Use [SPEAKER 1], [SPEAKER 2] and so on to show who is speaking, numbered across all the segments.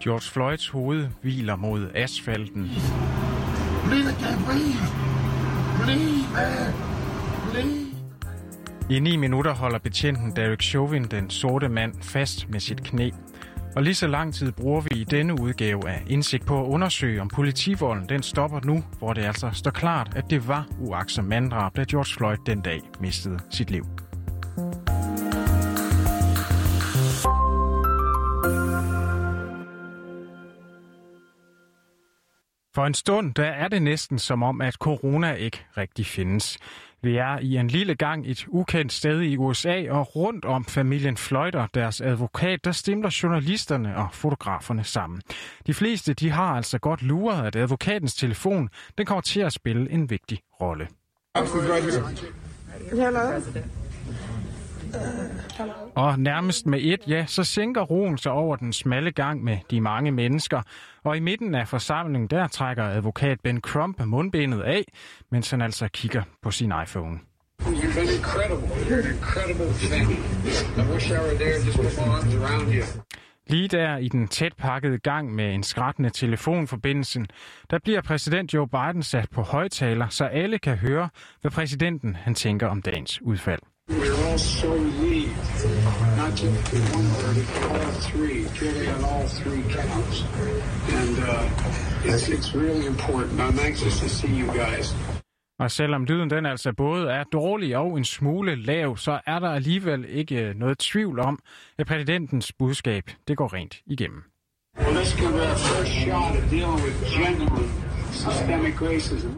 [SPEAKER 1] George Floyds hoved hviler mod asfalten. I 9 minutter holder betjenten Derek Chauvin den sorte mand fast med sit knæ. Og lige så lang tid bruger vi i denne udgave af Indsigt på at undersøge, om politivolden den stopper nu, hvor det altså står klart, at det var uagtsom manddrab, da George Floyd den dag mistede sit liv. For en stund, der er det næsten som om, at corona ikke rigtig findes. Vi er i en lille gang et ukendt sted i USA, og rundt om familien Floyd og deres advokat, der stimler journalisterne og fotograferne sammen. De fleste, de har altså godt luret, at advokatens telefon, den kommer til at spille en vigtig rolle. Og nærmest med et, så sænker roen sig over den smalle gang med de mange mennesker. Og i midten af forsamlingen, der trækker advokat Ben Crump mundbenet af, mens han altså kigger på sin iPhone.
[SPEAKER 2] You've been incredible. You're an incredible thing. I wish I were there just with my arms around you.
[SPEAKER 1] Lige der i den tæt pakkede gang med en skrattende telefonforbindelse, der bliver præsident Joe Biden sat på højtaler, så alle kan høre, hvad præsidenten han tænker om dagens udfald.
[SPEAKER 2] We're all so relieved. Not just one verdict, all three. Jury on all three counts. And it's really important. I'm anxious to see you guys.
[SPEAKER 1] Og selvom lyden den altså både er dårlig og en smule lav, så er der alligevel ikke noget tvivl om, at præsidentens budskab det går rent igennem.
[SPEAKER 2] Well, let's give our first shot at dealing with genuine systemic racism.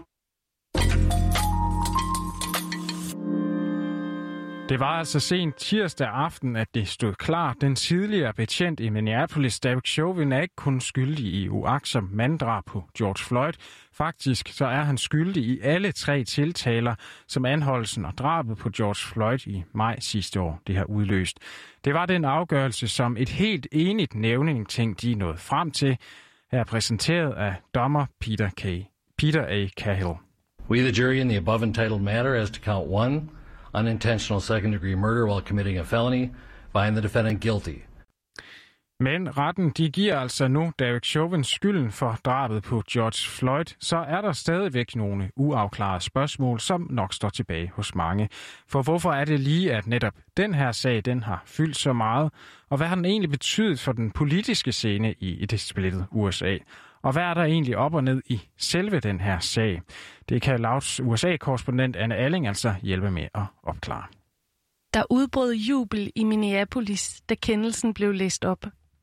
[SPEAKER 1] Det var altså sent tirsdag aften, at det stod klart. Den tidligere betjent i Minneapolis, Derek Chauvin, er ikke kun skyldig i uagtsom manddrab på George Floyd. Faktisk så er han skyldig i alle 3 tiltaler, som anholdelsen og drabet på George Floyd i maj sidste år det har udløst. Det var den afgørelse, som et helt enigt nævningeting de nåede frem til, her præsenteret af dommer Peter A. Cahill.
[SPEAKER 3] We, the jury, in the above entitled matter as to count 1, unintentional second-degree murder while committing a felony, find the defendant guilty.
[SPEAKER 1] Men retten de giver altså nu Derek Chauvin skylden for drabet på George Floyd, så er der stadigvæk nogle uafklarede spørgsmål, som nok står tilbage hos mange. For hvorfor er det lige, at netop den her sag den har fyldt så meget? Og hvad har den egentlig betydet for den politiske scene i et splittet USA? Og hvad er der egentlig op og ned i selve den her sag? Det kan Louds USA-korrespondent Anne Alling altså hjælpe med at opklare.
[SPEAKER 4] Der udbrød jubel i Minneapolis, da kendelsen blev læst op.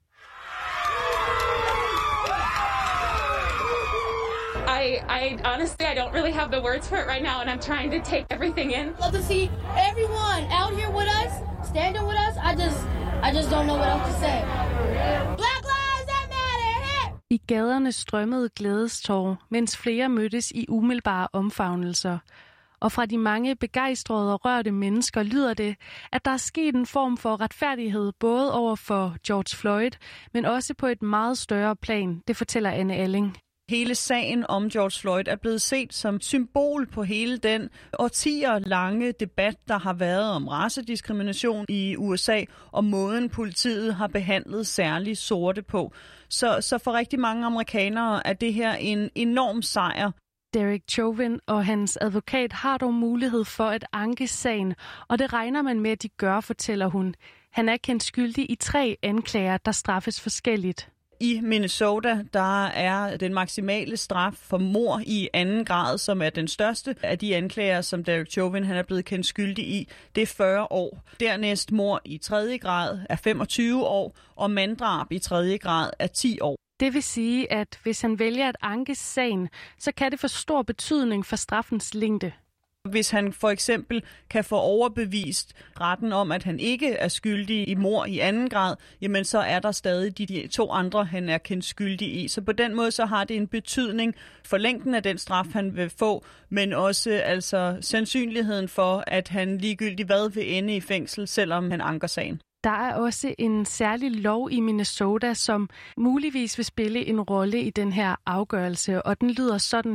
[SPEAKER 5] I honestly, I don't really have the words for it right now, and I'm trying to take everything in.
[SPEAKER 6] Love to see everyone out here with us, standing with us. I just don't know what else to say. Black lives that matter.
[SPEAKER 4] I gaderne strømmede glædestårer, mens flere mødtes i umiddelbare omfavnelser. Og fra de mange begejstrede og rørte mennesker lyder det, at der er sket en form for retfærdighed både over for George Floyd, men også på et meget større plan, det fortæller Anne Alling.
[SPEAKER 7] Hele sagen om George Floyd er blevet set som symbol på hele den årtier lange debat, der har været om racediskrimination i USA, og måden politiet har behandlet særligt sorte på. Så for rigtig mange amerikanere er det her en enorm sejr.
[SPEAKER 4] Derek Chauvin og hans advokat har dog mulighed for at anke sagen, og det regner man med, at de gør, fortæller hun. Han er kendt skyldig i 3 anklager, der straffes forskelligt.
[SPEAKER 7] I Minnesota, der er den maksimale straf for mord i 2. grad, som er den største af de anklager, som Derek Chauvin han er blevet kendt skyldig i. Det er 40 år. Dernæst mord i 3. grad er 25 år, og manddrab i 3. grad er 10 år.
[SPEAKER 4] Det vil sige, at hvis han vælger at anke sagen, så kan det få stor betydning for straffens længde.
[SPEAKER 7] Hvis han for eksempel kan få overbevist retten om, at han ikke er skyldig i mord i 2. grad, jamen så er der stadig de 2 andre, han er kendt skyldig i. Så på den måde så har det en betydning for længden af den straf, han vil få, men også altså sandsynligheden for, at han ligegyldigt hvad vil ende i fængsel, selvom han anker sagen.
[SPEAKER 4] Der er også en særlig lov i Minnesota, som muligvis vil spille en rolle i den her afgørelse, og den lyder sådan her.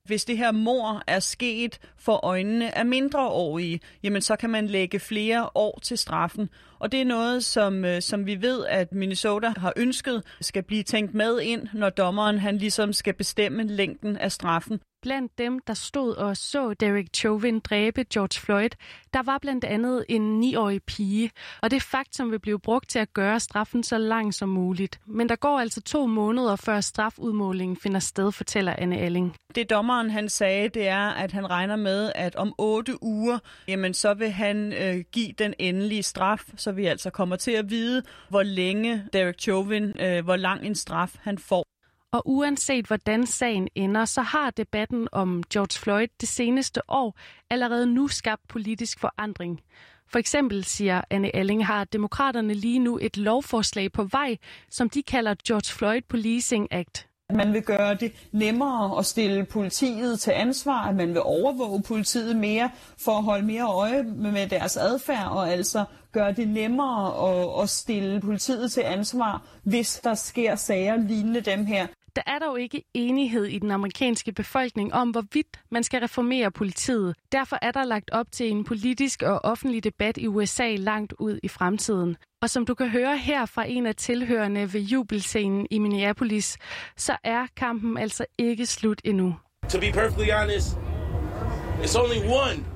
[SPEAKER 7] Hvis det her mord er sket for øjnene af mindreårige, jamen så kan man lægge flere år til straffen. Og det er noget, som vi ved, at Minnesota har ønsket skal blive tænkt med ind, når dommeren han ligesom skal bestemme længden af straffen.
[SPEAKER 4] Blandt dem, der stod og så Derek Chauvin dræbe George Floyd, der var blandt andet en 9-årig pige. Og det faktum vil blive brugt til at gøre straffen så lang som muligt. Men der går altså 2 måneder, før strafudmålingen finder sted, fortæller Anne Alling.
[SPEAKER 7] Det dommeren han sagde, det er, at han regner med, at om 8 uger, jamen så vil han give den endelige straf, så vi altså kommer til at vide, hvor længe Derek Chauvin, hvor lang en straf han får.
[SPEAKER 4] Og uanset hvordan sagen ender, så har debatten om George Floyd det seneste år allerede nu skabt politisk forandring. For eksempel, siger Anne Alling, har demokraterne lige nu et lovforslag på vej, som de kalder George Floyd Policing Act.
[SPEAKER 7] Man vil gøre det nemmere at stille politiet til ansvar, at man vil overvåge politiet mere for at holde mere øje med deres adfærd, og altså gøre det nemmere at stille politiet til ansvar, hvis der sker sager lignende dem her.
[SPEAKER 4] Der er dog ikke enighed i den amerikanske befolkning om, hvorvidt man skal reformere politiet. Derfor er der lagt op til en politisk og offentlig debat i USA langt ud i fremtiden. Og som du kan høre her fra en af tilhørende ved jubelscenen i Minneapolis, så er kampen altså ikke slut endnu.
[SPEAKER 8] To be perfectly honest, it's only one.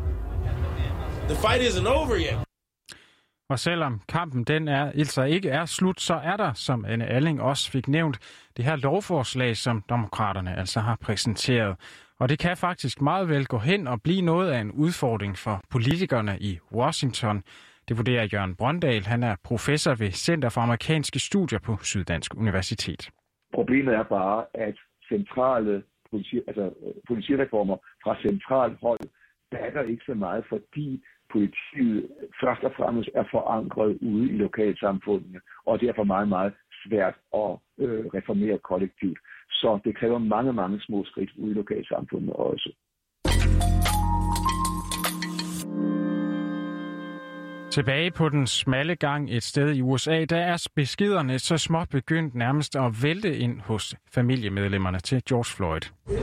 [SPEAKER 8] The fight isn't over yet.
[SPEAKER 1] Og selvom kampen den altså ikke er slut, så er der, som Anne Alling også fik nævnt, det her lovforslag, som demokraterne altså har præsenteret. Og det kan faktisk meget vel gå hen og blive noget af en udfordring for politikerne i Washington. Det vurderer Jørgen Brøndal. Han er professor ved Center for Amerikanske Studier på Syddansk Universitet.
[SPEAKER 9] Problemet er bare, at centrale politireformer fra centralt hold batter ikke så meget, fordi politiet først og fremmest er forankret ude i lokalsamfundene, og derfor meget, meget svært at reformere kollektivt. Så det kræver mange, mange små skridt ude i lokalsamfundene også.
[SPEAKER 1] Tilbage på den smalle gang et sted i USA, der er beskederne så småt begyndt nærmest at vælte ind hos familiemedlemmerne til George Floyd.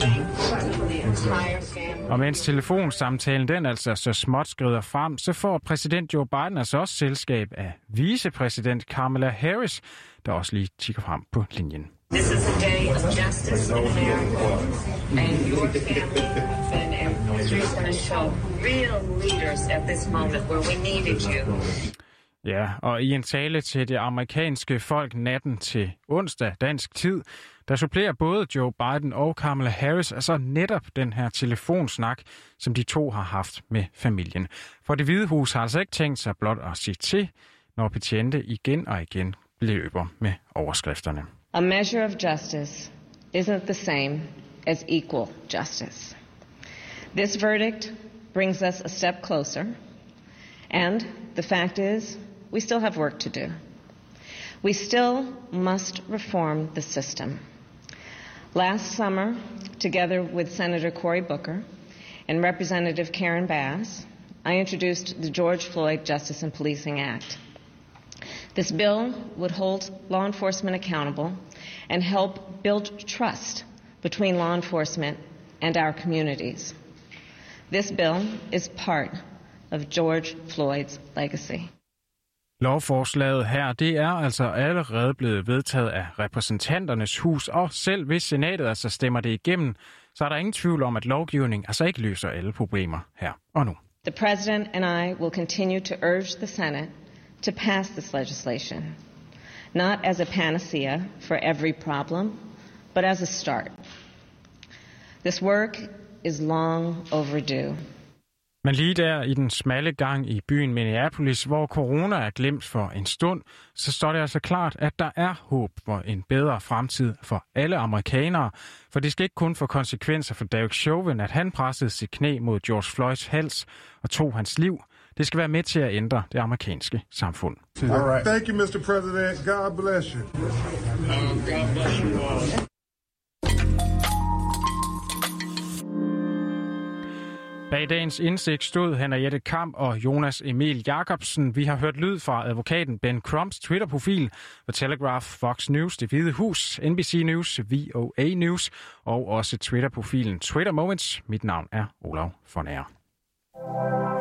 [SPEAKER 1] Og mens telefonsamtalen den altså så småt skrider frem, så får præsident Joe Biden altså også selskab af vicepræsident Kamala Harris, der også lige kigger frem på linjen.
[SPEAKER 10] This is a day of justice in America, and your family and is going to show real leaders at this moment where we needed you.
[SPEAKER 1] Ja, og i en tale til det amerikanske folk natten til onsdag dansk tid, der supplerer både Joe Biden og Kamala Harris altså netop den her telefonsnak, som de to har haft med familien. For Det Hvide Hus har altså ikke tænkt sig blot at sige til, når betjente igen og igen løber med overskrifterne.
[SPEAKER 11] A measure of justice isn't the same as equal justice. This verdict brings us a step closer, and the fact is, we still have work to do. We still must reform the system. Last summer, together with Senator Cory Booker and Representative Karen Bass, I introduced the George Floyd Justice and Policing Act. This bill would hold law enforcement accountable and help build trust between law enforcement and our communities. This bill is part of George Floyd's legacy.
[SPEAKER 1] Lovforslaget her, det er altså allerede blevet vedtaget af repræsentanternes hus, og selv hvis senatet altså stemmer det igennem, så er der ingen tvivl om, at lovgivning altså ikke løser alle problemer her og nu.
[SPEAKER 11] The President and I will continue to urge the Senate to pass this legislation, not as a panacea for every problem, but as a start. This work is long overdue.
[SPEAKER 1] Men lige der i den smalle gang i byen Minneapolis, hvor corona er glemt for en stund, så står det altså klart, at der er håb for en bedre fremtid for alle amerikanere. For det skal ikke kun få konsekvenser for Derek Chauvin, at han pressede sit knæ mod George Floyds hals og tog hans liv. Det skal være med til at ændre det amerikanske samfund.
[SPEAKER 12] All right. Thank you, Mr. President. God bless you.
[SPEAKER 10] God bless you all.
[SPEAKER 1] Bag dagens indsigt stod Henriette Kamp og Jonas Emil Jacobsen. Vi har hørt lyd fra advokaten Ben Crumps Twitter-profil, The Telegraph, Fox News, Det Hvide Hus, NBC News, VOA News og også Twitter-profilen Twitter Moments. Mit navn er Olav von Aer.